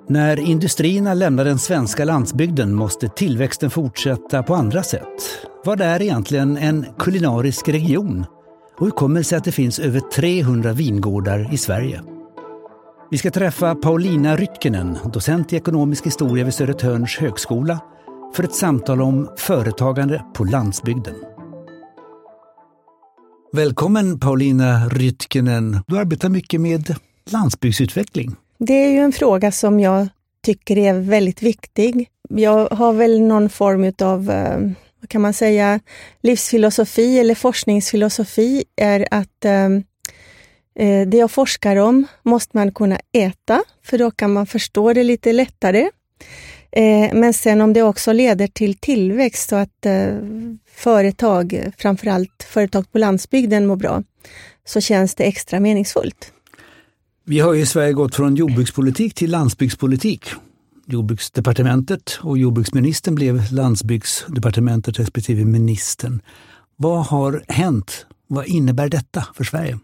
När industrierna lämnar den svenska landsbygden måste tillväxten fortsätta på andra sätt. Vad är egentligen en kulinarisk region? Och hur kommer det sig att det finns över 300 vingårdar i Sverige? Vi ska träffa Paulina Rytkinen, docent i ekonomisk historia vid Södertörns högskola, för ett samtal om företagande på landsbygden. Välkommen Paulina Rytkinen. Du arbetar mycket med landsbygdsutveckling. Det är ju en fråga som jag tycker är väldigt viktig. Jag har väl någon form av, vad kan man säga, livsfilosofi eller forskningsfilosofi är att det jag forskar om måste man kunna äta, för då kan man förstå det lite lättare. Men sen om det också leder till tillväxt så att företag, framförallt företag på landsbygden mår bra, så känns det extra meningsfullt. Vi har i Sverige gått från jordbrukspolitik till landsbygdspolitik. Jordbruksdepartementet och jordbruksministern blev landsbygdsdepartementet respektive ministern. Vad har hänt? Vad innebär detta för Sverige?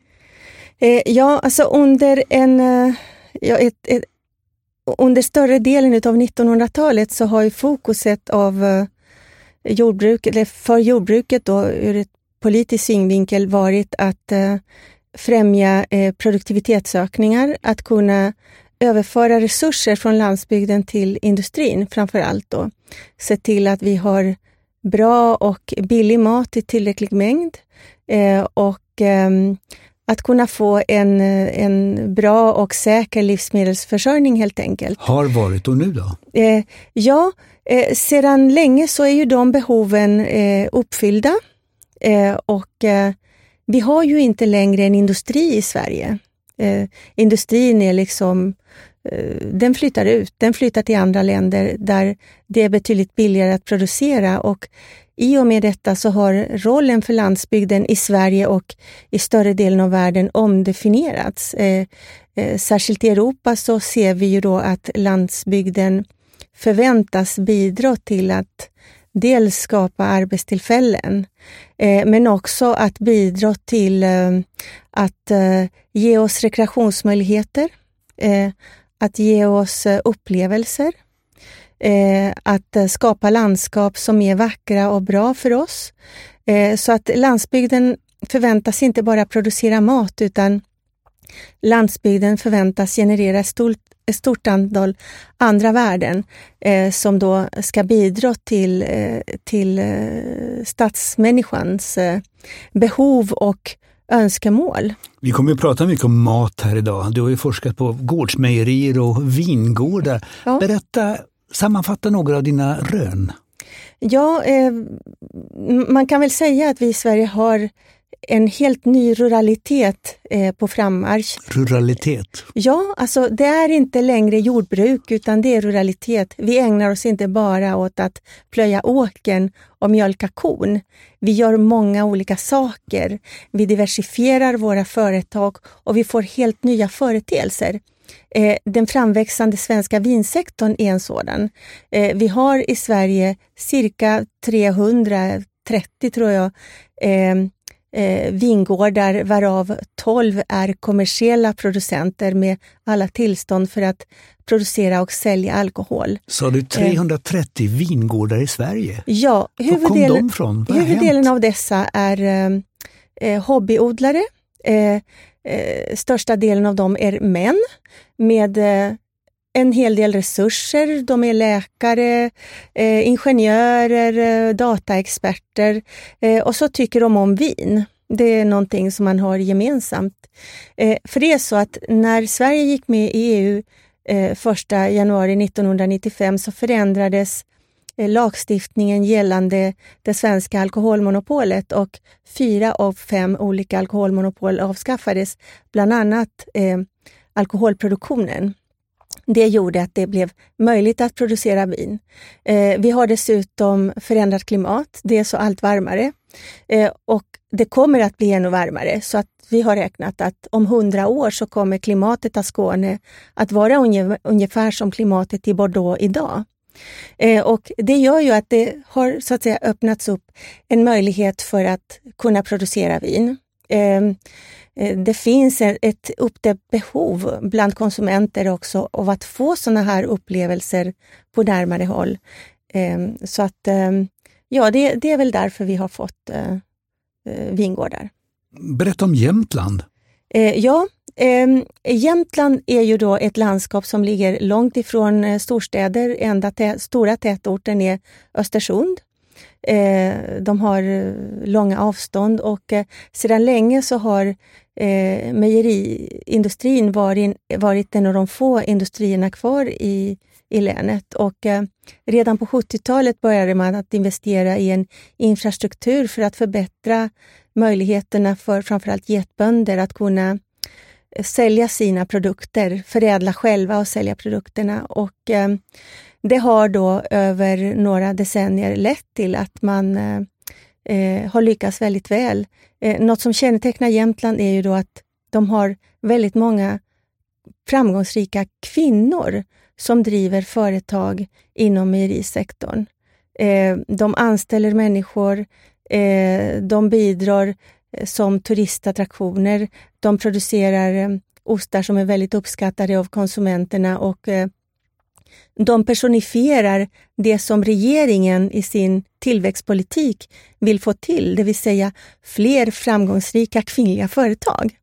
Under större delen av 1900-talet så har ju fokuset av jordbruket då, ur ett politisk synvinkel varit att främja produktivitetsökningar, att kunna överföra resurser från landsbygden till industrin framför allt då. Se till att vi har bra och billig mat i tillräcklig mängd och att kunna få en bra och säker livsmedelsförsörjning helt enkelt. Har varit och nu då? Sedan länge så är ju de behoven uppfyllda och vi har ju inte längre en industri i Sverige. Industrin är liksom, den flyttar ut, den flyttar till andra länder där det är betydligt billigare att producera, och i och med detta så har rollen för landsbygden i Sverige och i större delen av världen omdefinierats. Särskilt i Europa så ser vi ju då att landsbygden förväntas bidra till att dels skapa arbetstillfällen men också att bidra till att ge oss rekreationsmöjligheter, att ge oss upplevelser, att skapa landskap som är vackra och bra för oss. Så att landsbygden förväntas inte bara producera mat, utan landsbygden förväntas generera ett stort antal andra värden som då ska bidra till stadsmänniskans behov och önskemål. Vi kommer att prata mycket om mat här idag. Du har ju forskat på gårdsmejerier och vingårdar. Ja. Berätta, sammanfatta några av dina rön. Ja, man kan väl säga att vi i Sverige har en helt ny ruralitet på frammarsch. Ruralitet? Ja, alltså det är inte längre jordbruk utan det är ruralitet. Vi ägnar oss inte bara åt att plöja åkern och mjölka kon. Vi gör många olika saker. Vi diversifierar våra företag och vi får helt nya företeelser. Den framväxande svenska vinsektorn är en sådan. Vi har i Sverige cirka 330 tror jag vingårdar, varav 12 är kommersiella producenter med alla tillstånd för att producera och sälja alkohol. Så du 330 vingårdar i Sverige? Ja, huvuddelen av dessa är hobbyodlare. Största delen av dem är män med en hel del resurser. De är läkare, ingenjörer, dataexperter och så tycker de om vin. Det är någonting som man har gemensamt. För det är så att när Sverige gick med i EU 1 januari 1995 så förändrades lagstiftningen gällande det svenska alkoholmonopolet och 4 av 5 olika alkoholmonopol avskaffades, bland annat alkoholproduktionen. Det gjorde att det blev möjligt att producera vin. Vi har dessutom förändrat klimat, det är så allt varmare och det kommer att bli ännu varmare, så att vi har räknat att om 100 år så kommer klimatet av Skåne att vara ungefär som klimatet i Bordeaux idag. Och det gör ju att det har så att säga öppnats upp en möjlighet för att kunna producera vin. det finns ett uppdämt behov bland konsumenter också av att få såna här upplevelser på närmare håll. Så att det är väl därför vi har fått vingårdar. Berätta om Jämtland. Jämtland är ju då ett landskap som ligger långt ifrån storstäder. Enda stora tätorten är Östersund. De har långa avstånd och sedan länge så har mejeriindustrin varit en av de få industrierna kvar i länet. Och redan på 70-talet började man att investera i en infrastruktur för att förbättra möjligheterna för framförallt getbönder att kunna sälja sina produkter, förädla själva och sälja produkterna. Och det har då över några decennier lett till att man har lyckats väldigt väl. Något som kännetecknar Jämtland är ju då att de har väldigt många framgångsrika kvinnor som driver företag inom mejerisektorn. De anställer människor, de bidrar som turistattraktioner, de producerar ostar som är väldigt uppskattade av konsumenterna och de personifierar det som regeringen i sin tillväxtpolitik vill få till, det vill säga fler framgångsrika kvinnliga företag.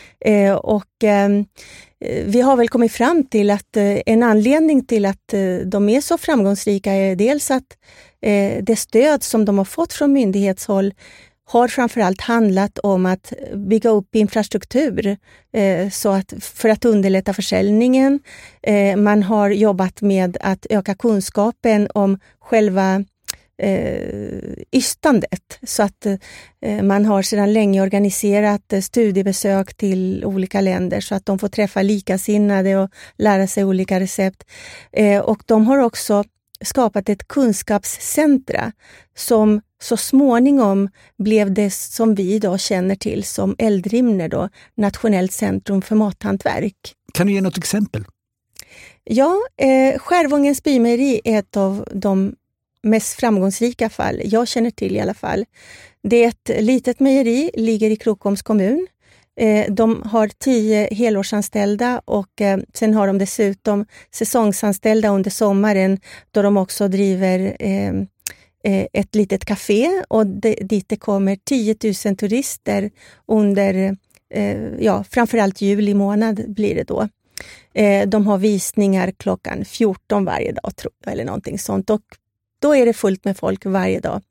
Vi har väl kommit fram till att en anledning till att de är så framgångsrika är dels att det stöd som de har fått från myndighetshåll har framförallt handlat om att bygga upp infrastruktur för att underlätta försäljningen. Man har jobbat med att öka kunskapen om själva ystandet, så att man har sedan länge organiserat studiebesök till olika länder så att de får träffa likasinnade och lära sig olika recept. Och de har också skapat ett kunskapscentra som så småningom blev det som vi idag känner till som Eldrimner då, Nationellt centrum för mathantverk. Kan du ge något exempel? Ja, Skärvångens bymejeri är ett av de mest framgångsrika fall jag känner till i alla fall. Det är ett litet mejeri, ligger i Krokoms kommun. De har 10 helårsanställda och sen har de dessutom säsongsanställda under sommaren då de också driver ett litet café och dit det kommer 10 000 turister under framförallt juli månad blir det då. De har visningar klockan 14 varje dag tror jag, eller någonting sånt, och då är det fullt med folk varje dag.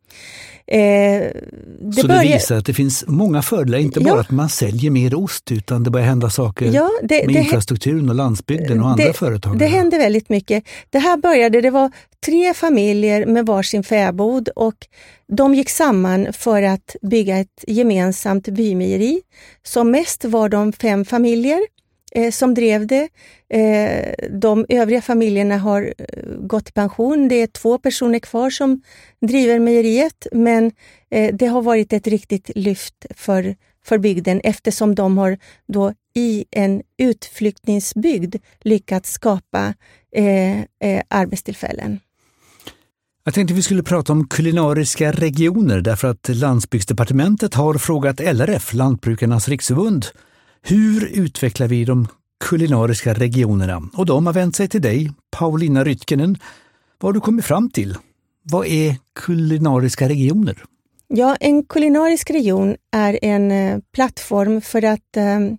Det visar att det finns många fördelar, inte bara att man säljer mer ost, utan det börjar hända saker med infrastrukturen och landsbygden och andra företag. Det hände väldigt mycket. Det var 3 familjer med varsin fäbod och de gick samman för att bygga ett gemensamt bymejeri. Som mest var de 5 familjer som drev det. De övriga familjerna har gått i pension. Det är 2 personer kvar som driver mejeriet, men det har varit ett riktigt lyft för bygden eftersom de har då i en utflyttningsbygd lyckats skapa arbetstillfällen. Jag tänkte vi skulle prata om kulinariska regioner därför att Landsbygdsdepartementet har frågat LRF, Lantbrukarnas riksförbund, hur utvecklar vi de kulinariska regionerna? Och de har vänt sig till dig, Paulina Rytkenen. Vad har du kommit fram till? Vad är kulinariska regioner? Ja, en kulinarisk region är en plattform för att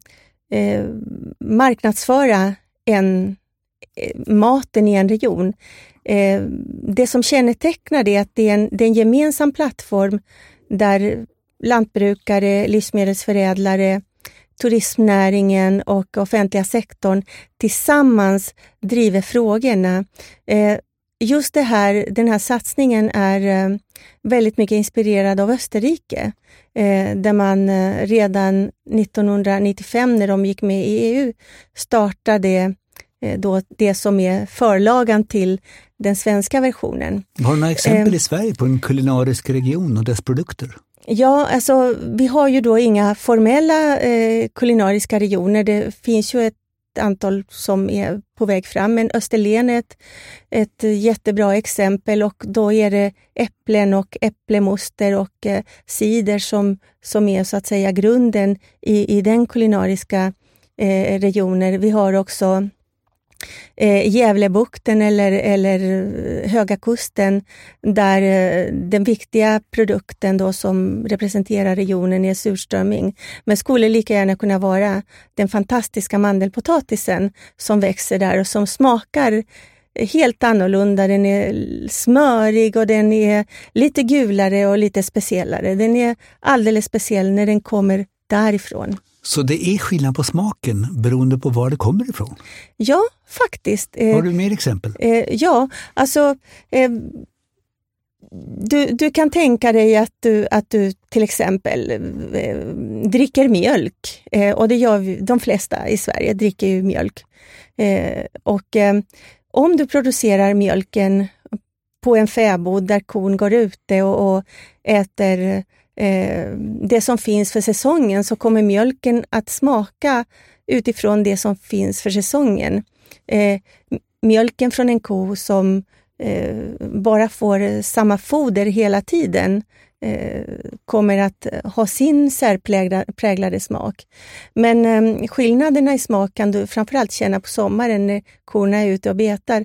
marknadsföra maten i en region. Det som kännetecknar det är att det är en gemensam plattform där lantbrukare, livsmedelsförädlare, turismnäringen och offentliga sektorn tillsammans driver frågorna. Just den här satsningen är väldigt mycket inspirerad av Österrike, där man redan 1995 när de gick med i EU startade då det som är förlagan till den svenska versionen. Har du några exempel i Sverige på en kulinarisk region och dess produkter? Ja, alltså vi har ju då inga formella kulinariska regioner. Det finns ju antal som är på väg fram, men Österlen är ett jättebra exempel, och då är det äpplen och äpplemoster och cider som är så att säga grunden i den kulinariska regioner. Vi har också Gävlebukten eller Höga Kusten, där den viktiga produkten då som representerar regionen är surströmming. Men skulle lika gärna kunna vara den fantastiska mandelpotatisen som växer där och som smakar helt annorlunda. Den är smörig och den är lite gulare och lite speciellare. Den är alldeles speciell när den kommer därifrån. Så det är skillnad på smaken beroende på var det kommer ifrån? Ja, faktiskt. Har du mer exempel? Ja, alltså du kan tänka dig att du till exempel dricker mjölk, och det gör de flesta i Sverige, dricker ju mjölk. Om du producerar mjölken på en fäbod där kon går ute och äter det som finns för säsongen, så kommer mjölken att smaka utifrån det som finns för säsongen. Mjölken från en ko som bara får samma foder hela tiden kommer att ha sin särpräglade smak. Men skillnaderna i smak kan du framförallt känna på sommaren när korna är ute och betar.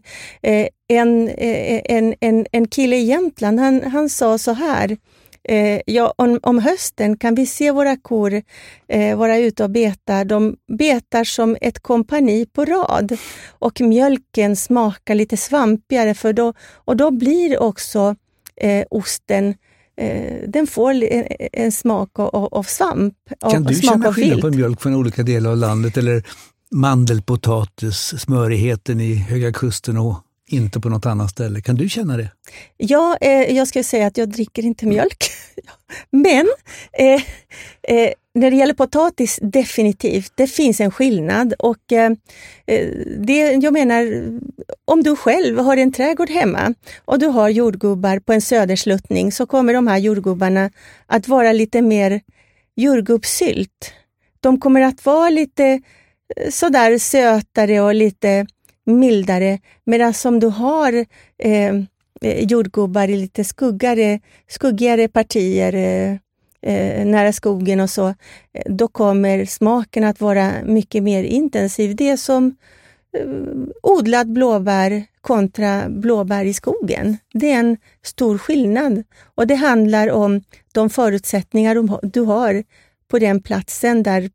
En kille i Jämtland, han sa så här: ja, om hösten kan vi se våra kor vara ute och beta. De betar som ett kompani på rad, och mjölken smakar lite svampigare, och då blir också osten, den får en smak av svamp. Kan du känna skillnad på mjölk från olika delar av landet, eller mandelpotatis, smörigheten i Höga Kusten och inte på något annat ställe? Kan du känna det? Ja, jag ska säga att jag dricker inte mjölk. Men när det gäller potatis, definitivt, det finns en skillnad. Och jag menar, om du själv har en trädgård hemma och du har jordgubbar på en södersluttning, så kommer de här jordgubbarna att vara lite mer jordgubbssylt. De kommer att vara lite sådär sötare och lite mildare, medan som du har jordgubbar i lite skuggigare partier nära skogen och så, då kommer smaken att vara mycket mer intensiv. Det är som odlad blåbär kontra blåbär i skogen. Det är en stor skillnad, och det handlar om de förutsättningar du har på den platsen där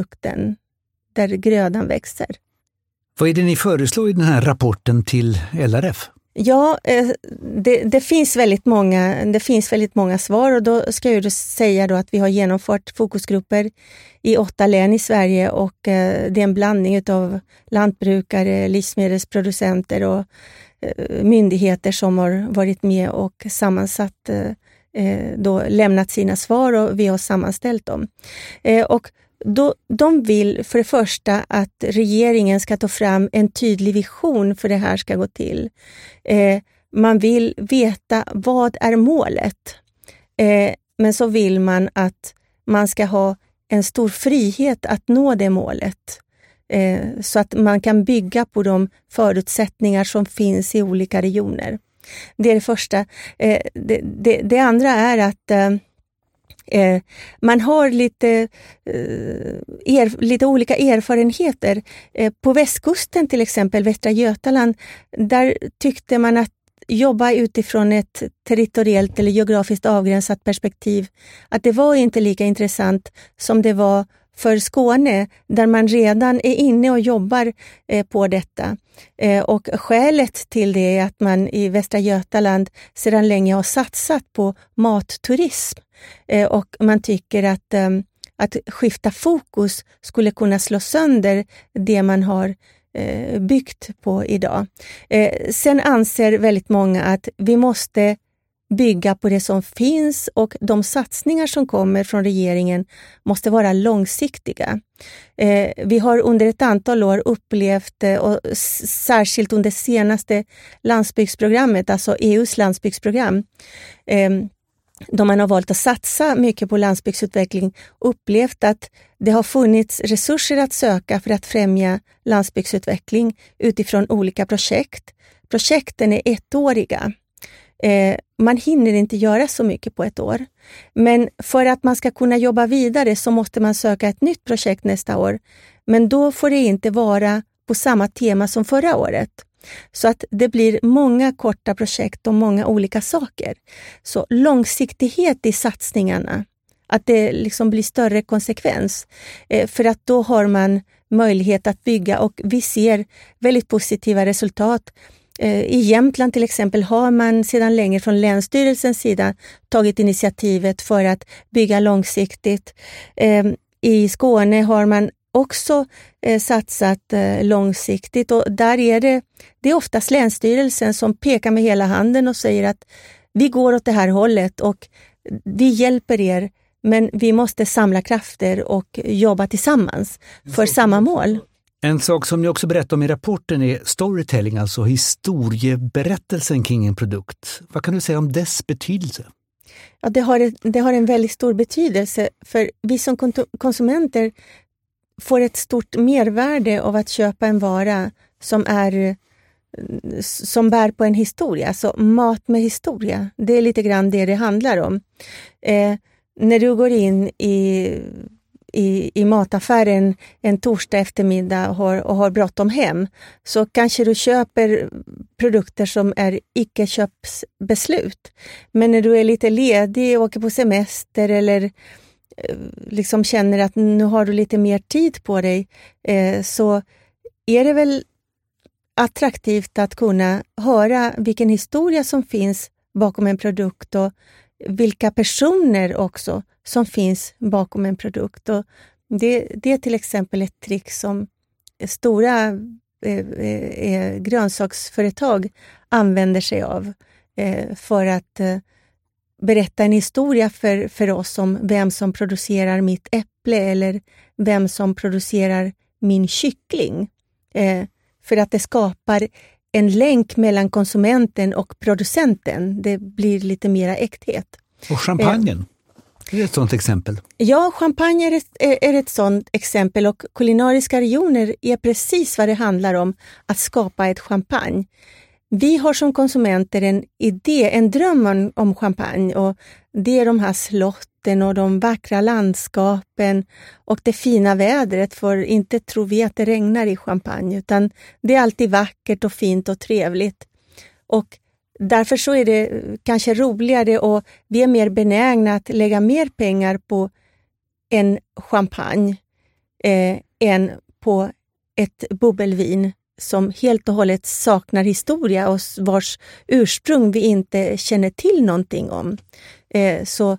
grödan växer. Vad är det ni föreslår i den här rapporten till LRF? Ja, det finns väldigt många svar, och då ska jag säga då att vi har genomfört fokusgrupper i 8 län i Sverige, och det är en blandning av lantbrukare, livsmedelsproducenter och myndigheter som har varit med och sammansatt, då lämnat sina svar, och vi har sammanställt dem. Och de vill för det första att regeringen ska ta fram en tydlig vision för det här ska gå till. Man vill veta vad är målet. Men så vill man att man ska ha en stor frihet att nå det målet. Så att man kan bygga på de förutsättningar som finns i olika regioner. Det är det första. Det andra är att man har lite olika erfarenheter. På västkusten till exempel, Västra Götaland, där tyckte man att jobba utifrån ett territoriellt eller geografiskt avgränsat perspektiv, att det var inte lika intressant som det var för Skåne, där man redan är inne och jobbar på detta. Och skälet till det är att man i Västra Götaland sedan länge har satsat på matturism. Och man tycker att skifta fokus skulle kunna slå sönder det man har byggt på idag. Sen anser väldigt många att vi måste bygga på det som finns, och de satsningar som kommer från regeringen måste vara långsiktiga. Vi har under ett antal år upplevt, och särskilt under senaste landsbygdsprogrammet, alltså EUs landsbygdsprogram, då man har valt att satsa mycket på landsbygdsutveckling, upplevt att det har funnits resurser att söka för att främja landsbygdsutveckling utifrån olika projekt. Projekten är ettåriga. Man hinner inte göra så mycket på ett år. Men för att man ska kunna jobba vidare så måste man söka ett nytt projekt nästa år. Men då får det inte vara på samma tema som förra året. Så att det blir många korta projekt och många olika saker. Så långsiktighet i satsningarna, att det liksom blir större konsekvens. För att då har man möjlighet att bygga, och vi ser väldigt positiva resultat. I Jämtland till exempel har man sedan länge från Länsstyrelsens sida tagit initiativet för att bygga långsiktigt. I Skåne har man också satsat långsiktigt, och där är det oftast Länsstyrelsen som pekar med hela handen och säger att vi går åt det här hållet och vi hjälper er, men vi måste samla krafter och jobba tillsammans för samma mål. En sak som ni också berättar om i rapporten är storytelling, alltså historieberättelsen kring en produkt. Vad kan du säga om dess betydelse? Ja, det har en väldigt stor betydelse, för vi som konsumenter får ett stort mervärde av att köpa en vara som bär på en historia. Alltså mat med historia, det är lite grann det handlar om. När du går in i mataffären en torsdag eftermiddag och har bråttom hem, så kanske du köper produkter som är icke-köpsbeslut. Men när du är lite ledig, åker på semester eller liksom känner att nu har du lite mer tid på dig, så är det väl attraktivt att kunna höra vilken historia som finns bakom en produkt och vilka personer också som finns bakom en produkt. Och det är till exempel ett trick som stora grönsaksföretag använder sig av för att berätta en historia för oss om vem som producerar mitt äpple eller vem som producerar min kyckling. För att det skapar en länk mellan konsumenten och producenten. Det blir lite mera äkthet. Och champagnen, är det ett sådant exempel? Ja, champagne är ett sådant exempel, och kulinariska regioner är precis vad det handlar om, att skapa ett champagne. Vi har som konsumenter en idé, en dröm om champagne, och det är de här slotten och de vackra landskapen och det fina vädret, för inte tror vi att det regnar i Champagne, utan det är alltid vackert och fint och trevligt. Och därför så är det kanske roligare, och vi är mer benägna att lägga mer pengar på en champagne än på ett bubbelvin som helt och hållet saknar historia och vars ursprung vi inte känner till någonting om. Så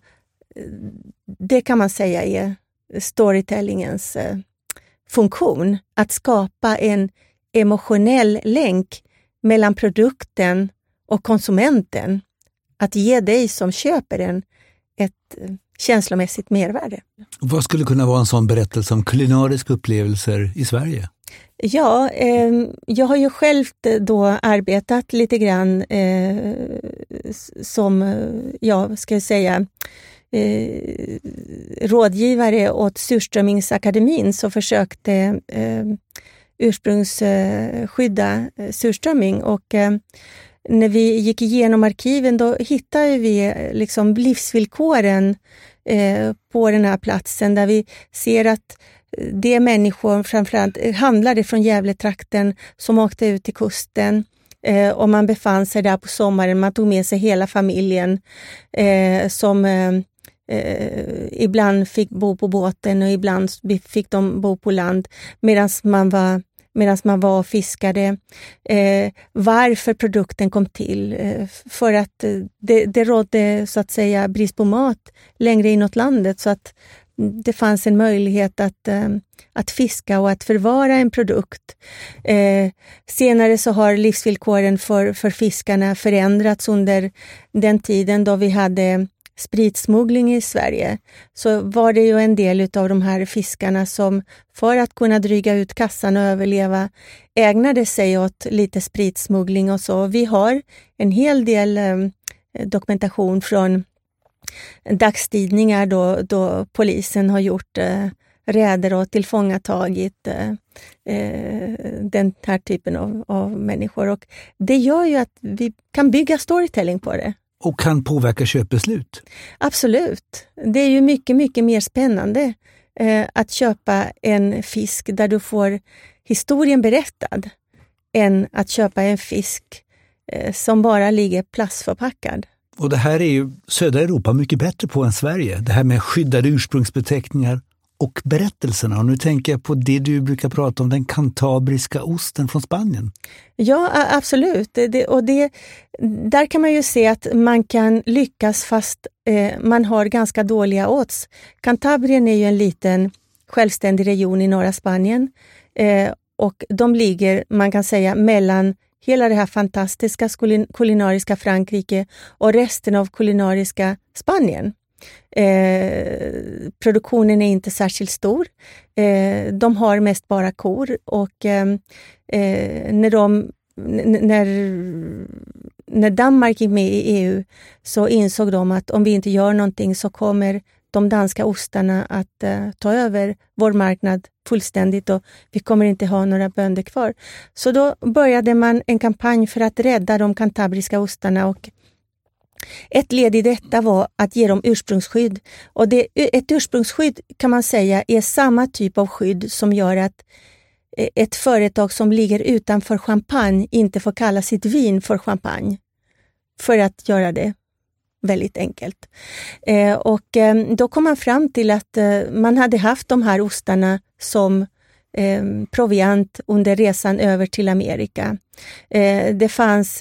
det kan man säga är storytellingens funktion. Att skapa en emotionell länk mellan produkten och konsumenten. Att ge dig som köper den ett känslomässigt mervärde. Vad skulle kunna vara en sån berättelse om kulinariska upplevelser i Sverige? Ja, jag har ju själv då arbetat lite grann som, ska jag säga, rådgivare åt Surströmmingsakademin, som försökte ursprungsskydda surströmming, och när vi gick igenom arkiven då hittade vi liksom livsvillkoren på den här platsen, där vi ser att det är människor, framförallt handlade från Gävletrakten, som åkte ut till kusten och man befann sig där på sommaren. Man tog med sig hela familjen som ibland fick bo på båten och ibland fick de bo på land medan man var och fiskade. Varför produkten kom till? För att det rådde så att säga brist på mat längre inåt landet, så att det fanns en möjlighet att fiska och att förvara en produkt. Senare så har livsvillkoren för fiskarna förändrats under den tiden då vi hade spritsmuggling i Sverige. Så var det ju en del av de här fiskarna som för att kunna dryga ut kassan och överleva ägnade sig åt lite spritsmuggling och så. Vi har en hel del dokumentation från dagstidningar då polisen har gjort räder och tillfångatagit den här typen av människor. Och det gör ju att vi kan bygga storytelling på det. Och kan påverka köpbeslut? Absolut. Det är ju mycket, mycket mer spännande att köpa en fisk där du får historien berättad än att köpa en fisk som bara ligger plastförpackad. Och det här är ju södra Europa mycket bättre på än Sverige. Det här med skyddade ursprungsbeteckningar och berättelserna. Och nu tänker jag på det du brukar prata om, den kantabriska osten från Spanien. Ja, absolut. Där kan man ju se att man kan lyckas fast man har ganska dåliga odds. Kantabrien är ju en liten självständig region i norra Spanien. Och de ligger, man kan säga, mellan hela det här fantastiska kulinariska Frankrike och resten av kulinariska Spanien. Produktionen är inte särskilt stor. De har mest bara kor och när Danmark gick med i EU så insåg de att om vi inte gör någonting så kommer de danska ostarna att ta över vår marknad fullständigt och vi kommer inte ha några bönder kvar. Så då började man en kampanj för att rädda de kantabriska ostarna och ett led i detta var att ge dem ursprungsskydd. Och ett ursprungsskydd kan man säga är samma typ av skydd som gör att ett företag som ligger utanför champagne inte får kalla sitt vin för champagne. För att göra det väldigt enkelt. Då kom man fram till att man hade haft de här ostarna som proviant under resan över till Amerika. Det fanns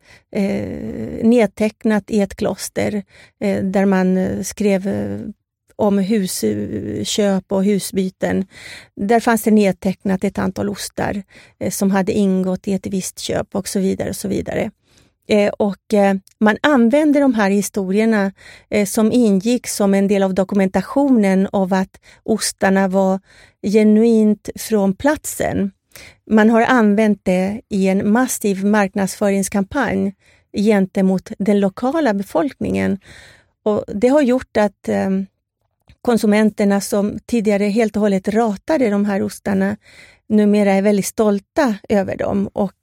nedtecknat i ett kloster där man skrev om husköp och husbyten. Där fanns det nedtecknat ett antal ostar som hade ingått i ett visst köp och så vidare och så vidare. Man använde de här historierna som ingick som en del av dokumentationen av att ostarna var genuint från platsen. Man har använt det i en massiv marknadsföringskampanj gentemot den lokala befolkningen. Och det har gjort att konsumenterna som tidigare helt och hållet ratade de här ostarna numera är väldigt stolta över dem. Och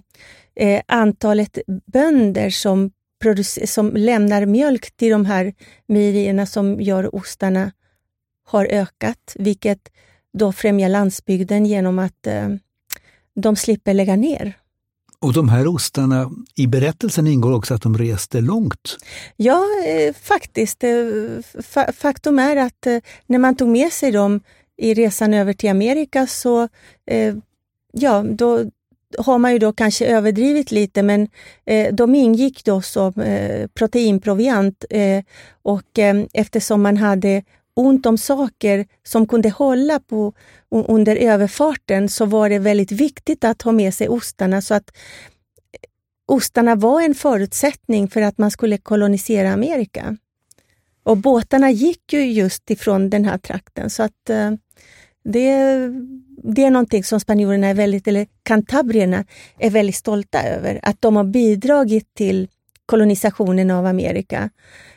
antalet bönder som lämnar mjölk till de här mejerierna som gör ostarna har ökat, vilket då främjar landsbygden genom att de slipper lägga ner. Och de här ostarna, i berättelsen ingår också att de reste långt. Ja, faktiskt. Faktum är att när man tog med sig dem i resan över till Amerika så då har man ju då kanske överdrivit lite, men de ingick då som proteinproviant och eftersom man hade ont om saker som kunde hålla på under överfarten så var det väldigt viktigt att ha med sig ostarna, så att ostarna var en förutsättning för att man skulle kolonisera Amerika. Och båtarna gick ju just ifrån den här trakten, så att det är någonting som spanjorerna eller kantabrierna är väldigt stolta över, att de har bidragit till kolonisationen av Amerika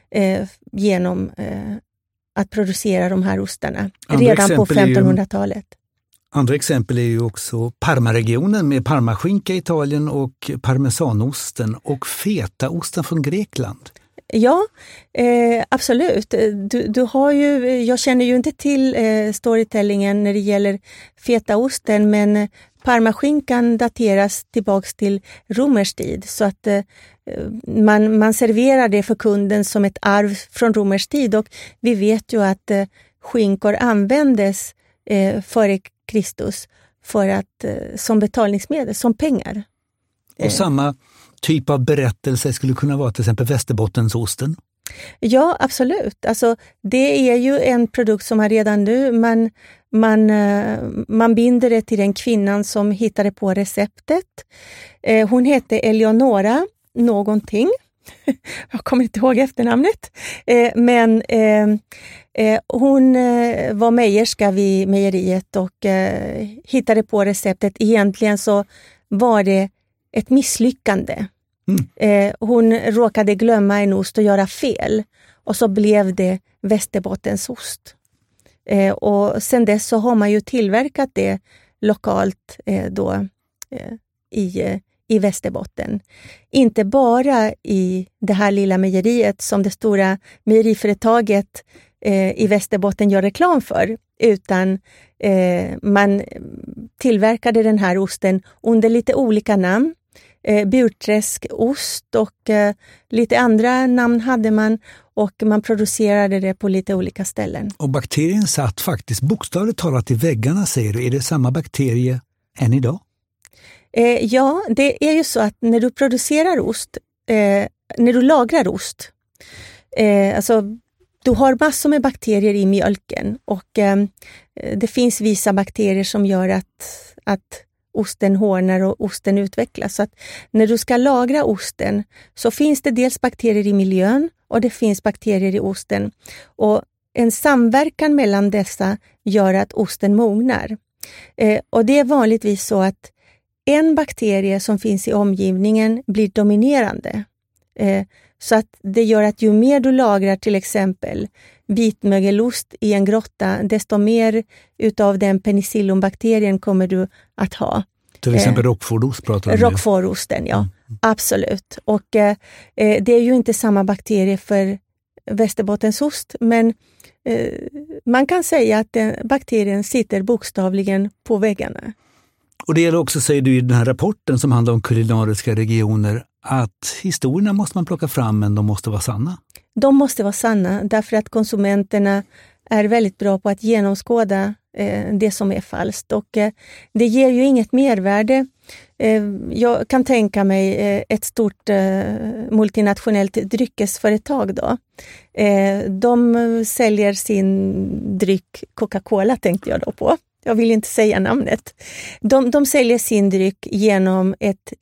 genom att producera de här ostarna redan på 1500-talet. Andra exempel är ju också Parmaregionen med parmaskinka i Italien och parmesanosten och fetaosten från Grekland. Ja, absolut. Du har ju, jag känner ju inte till storytellingen när det gäller fetaosten, men parmaskinkan dateras tillbaks till romersk tid, så att man serverar det för kunden som ett arv från romersk tid, och vi vet ju att skinkor användes före Kristus för att som betalningsmedel, som pengar. Och samma typ av berättelse skulle kunna vara till exempel Västerbottensosten? Ja, absolut. Alltså, det är ju en produkt som har redan nu, man binder det till den kvinnan som hittade på receptet. Hon hette Eleonora någonting. Jag kommer inte ihåg efternamnet. Men hon var mejerska vid mejeriet och hittade på receptet. Egentligen så var det ett misslyckande. Hon råkade glömma en ost och göra fel. Och så blev det Västerbottensost. Och sen dess så har man ju tillverkat det lokalt i Västerbotten. Inte bara i det här lilla mejeriet som det stora mejeriföretaget i Västerbotten gör reklam för, utan man tillverkade den här osten under lite olika namn. Burträskost och lite andra namn hade man, och man producerade det på lite olika ställen. Och bakterien satt faktiskt bokstavligt talat i väggarna, säger du. Är det samma bakterie än idag? Ja, det är ju så att när du producerar ost, när du lagrar ost, alltså du har massor med bakterier i mjölken, och det finns vissa bakterier som gör att osten hårdnar och osten utvecklas. Så att när du ska lagra osten så finns det dels bakterier i miljön och det finns bakterier i osten. Och en samverkan mellan dessa gör att osten mognar. Och det är vanligtvis så att en bakterie som finns i omgivningen blir dominerande. Så att det gör att ju mer du lagrar till exempel vitmögelost i en grotta, desto mer utav den penicillumbakterien kommer du att ha. Till exempel Roquefortost pratar du om. Roquefortosten, ja. Absolut. Och det är ju inte samma bakterie för Västerbottensost, men man kan säga att den bakterien sitter bokstavligen på väggarna. Och det gäller också, säger du i den här rapporten som handlar om kulinariska regioner, att historierna måste man plocka fram, men de måste vara sanna. De måste vara sanna därför att konsumenterna är väldigt bra på att genomskåda det som är falskt. Och det ger ju inget mervärde. Jag kan tänka mig ett stort multinationellt dryckesföretag då. De säljer sin dryck, Coca-Cola tänkte jag då på. Jag vill inte säga namnet. De säljer sin dryck genom ett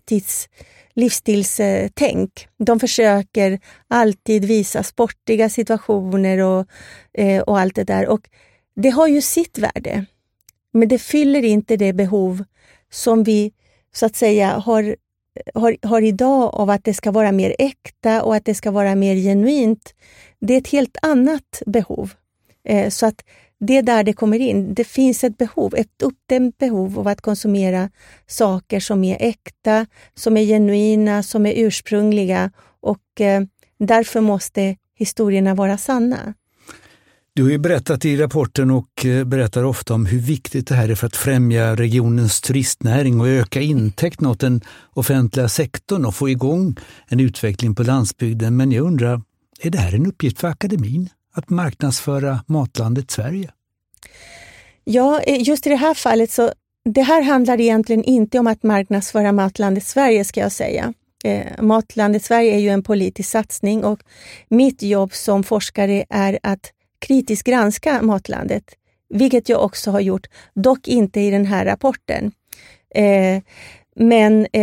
livsstilstänk. De försöker alltid visa sportiga situationer och allt det där. Och det har ju sitt värde. Men det fyller inte det behov som vi så att säga har idag av att det ska vara mer äkta och att det ska vara mer genuint. Det är ett helt annat behov. Så att det är där det kommer in. Det finns ett behov, ett uppdämt behov av att konsumera saker som är äkta, som är genuina, som är ursprungliga, och därför måste historierna vara sanna. Du har ju berättat i rapporten och berättar ofta om hur viktigt det här är för att främja regionens turistnäring och öka intäkterna åt den offentliga sektorn och få igång en utveckling på landsbygden. Men jag undrar, är det här en uppgift för akademin? Att marknadsföra matlandet Sverige? Ja, just i det här fallet så det här handlar egentligen inte om att marknadsföra matlandet Sverige, ska jag säga. Matlandet Sverige är ju en politisk satsning, och mitt jobb som forskare är att kritiskt granska matlandet, vilket jag också har gjort, dock inte i den här rapporten. Men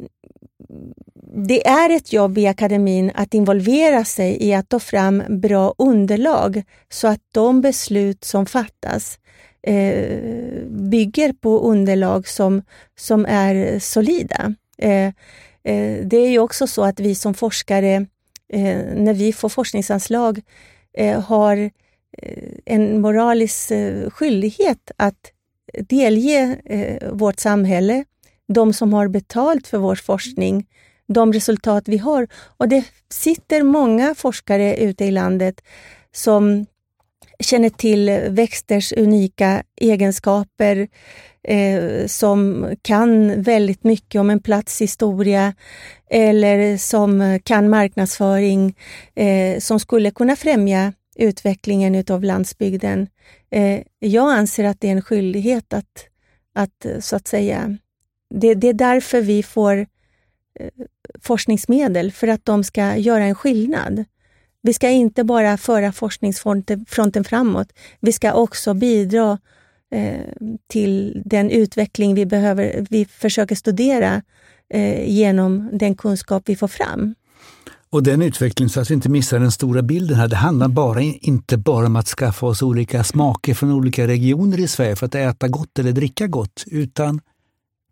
det är ett jobb i akademin att involvera sig i att ta fram bra underlag så att de beslut som fattas bygger på underlag som är solida. Det är ju också så att vi som forskare, när vi får forskningsanslag, har en moralisk skyldighet att delge vårt samhälle, de som har betalt för vår forskning, de resultat vi har. Och det sitter många forskare ute i landet som känner till växters unika egenskaper, som kan väldigt mycket om en plats historia eller som kan marknadsföring, som skulle kunna främja utvecklingen utav landsbygden. Jag anser att det är en skyldighet att så att säga, det är därför vi får forskningsmedel, för att de ska göra en skillnad. Vi ska inte bara föra forskningsfronten framåt, vi ska också bidra till den utveckling vi försöker studera genom den kunskap vi får fram. Och den utveckling, så att vi inte missar den stora bilden här, det handlar inte bara om att skaffa oss olika smaker från olika regioner i Sverige för att äta gott eller dricka gott, utan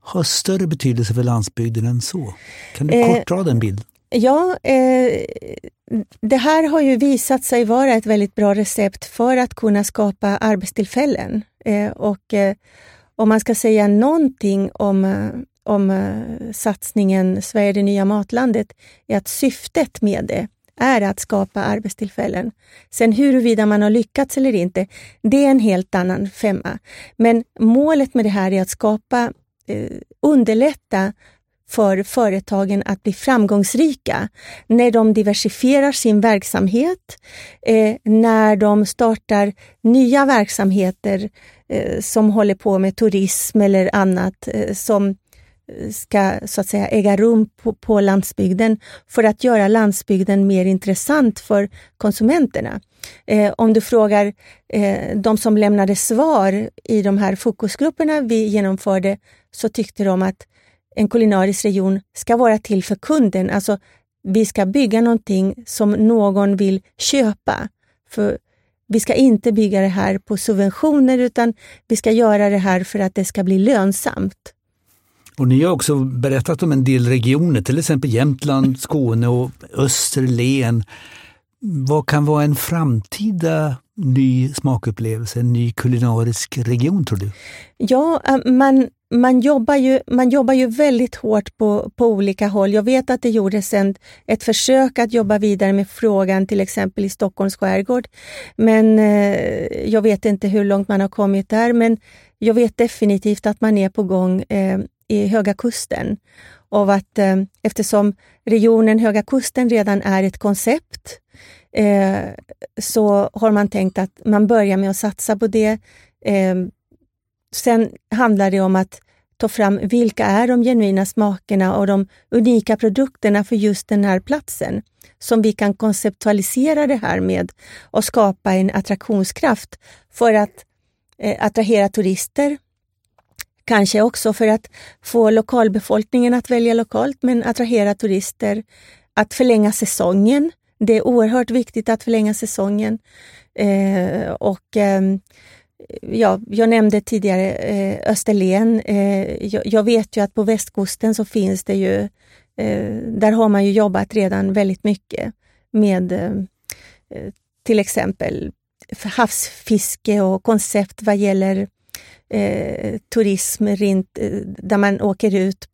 har större betydelse för landsbygden än så? Kan du kort dra den bilden? Ja, det här har ju visat sig vara ett väldigt bra recept för att kunna skapa arbetstillfällen. Om man ska säga någonting om satsningen Sverige det nya matlandet är att syftet med det är att skapa arbetstillfällen. Sen huruvida man har lyckats eller inte, det är en helt annan femma. Men målet med det här är att underlätta för företagen att bli framgångsrika när de diversifierar sin verksamhet, när de startar nya verksamheter som håller på med turism eller annat som ska så att säga äga rum på landsbygden för att göra landsbygden mer intressant för konsumenterna. Om du frågar de som lämnade svar i de här fokusgrupperna vi genomförde, så tyckte de att en kulinarisk region ska vara till för kunden. Alltså vi ska bygga någonting som någon vill köpa. För vi ska inte bygga det här på subventioner, utan vi ska göra det här för att det ska bli lönsamt. Och ni har också berättat om en del regioner, till exempel Jämtland, Skåne och Österlen. Vad kan vara en framtida ny smakupplevelse, en ny kulinarisk region, tror du? Ja, man jobbar ju väldigt hårt på olika håll. Jag vet att det gjordes ett försök att jobba vidare med frågan till exempel i Stockholms skärgård. Men jag vet inte hur långt man har kommit där. Men jag vet definitivt att man är på gång i Höga Kusten. Och att eftersom regionen Höga Kusten redan är ett koncept, så har man tänkt att man börjar med att satsa på det. Sen handlar det om att ta fram vilka är de genuina smakerna och de unika produkterna för just den här platsen, som vi kan konceptualisera det här med och skapa en attraktionskraft för att attrahera turister. Kanske också för att få lokalbefolkningen att välja lokalt, men attrahera turister, att förlänga säsongen. Det är oerhört viktigt att förlänga säsongen. Jag nämnde tidigare Österlen. Jag vet ju att på västkusten så finns det ju, där har man ju jobbat redan väldigt mycket med till exempel havsfiske och koncept vad gäller turism, där man åker ut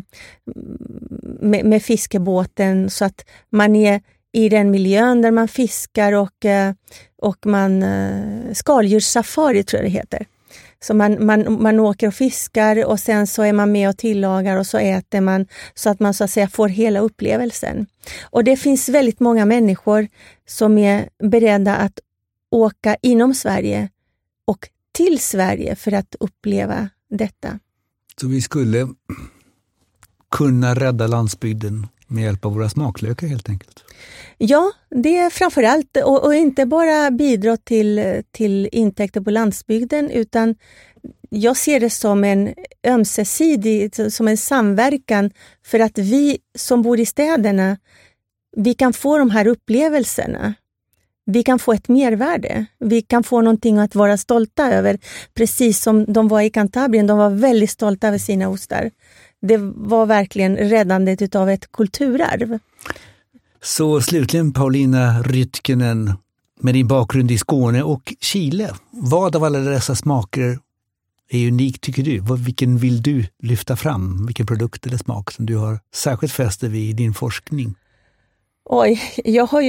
med fiskebåten, så att man är i den miljön där man fiskar och man skaldjurssafari tror jag det heter. Så man åker och fiskar och sen så är man med och tillagar och så äter man, så att man så att säga får hela upplevelsen. Och det finns väldigt många människor som är beredda att åka inom Sverige och till Sverige för att uppleva detta. Så vi skulle kunna rädda landsbygden med hjälp av våra smaklökar helt enkelt? Ja, det är framförallt, och inte bara bidra till intäkter på landsbygden, utan jag ser det som en ömsesidig, som en samverkan, för att vi som bor i städerna, vi kan få de här upplevelserna. Vi kan få ett mervärde. Vi kan få någonting att vara stolta över. Precis som de var i Kantabrien. De var väldigt stolta över sina ostar. Det var verkligen räddandet av ett kulturarv. Så slutligen Paulina Rytkönen, med din bakgrund i Skåne och Chile. Vad av alla dessa smaker är unikt tycker du? Vilken vill du lyfta fram? Vilken produkt eller smak som du har särskilt fäste vid i din forskning? Oj, jag har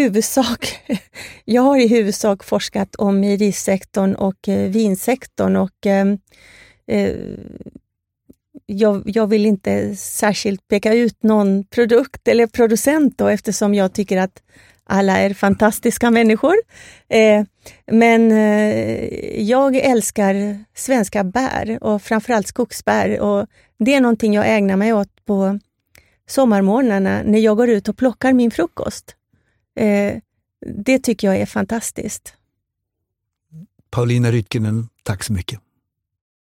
i huvudsak forskat om mejerisektorn och vinsektorn, och jag vill inte särskilt peka ut någon produkt eller producent då, eftersom jag tycker att alla är fantastiska människor. Men jag älskar svenska bär och framförallt skogsbär, och det är någonting jag ägnar mig åt på sommarmorgnarna när jag går ut och plockar min frukost. Det tycker jag är fantastiskt. Paulina Rytkönen, tack så mycket.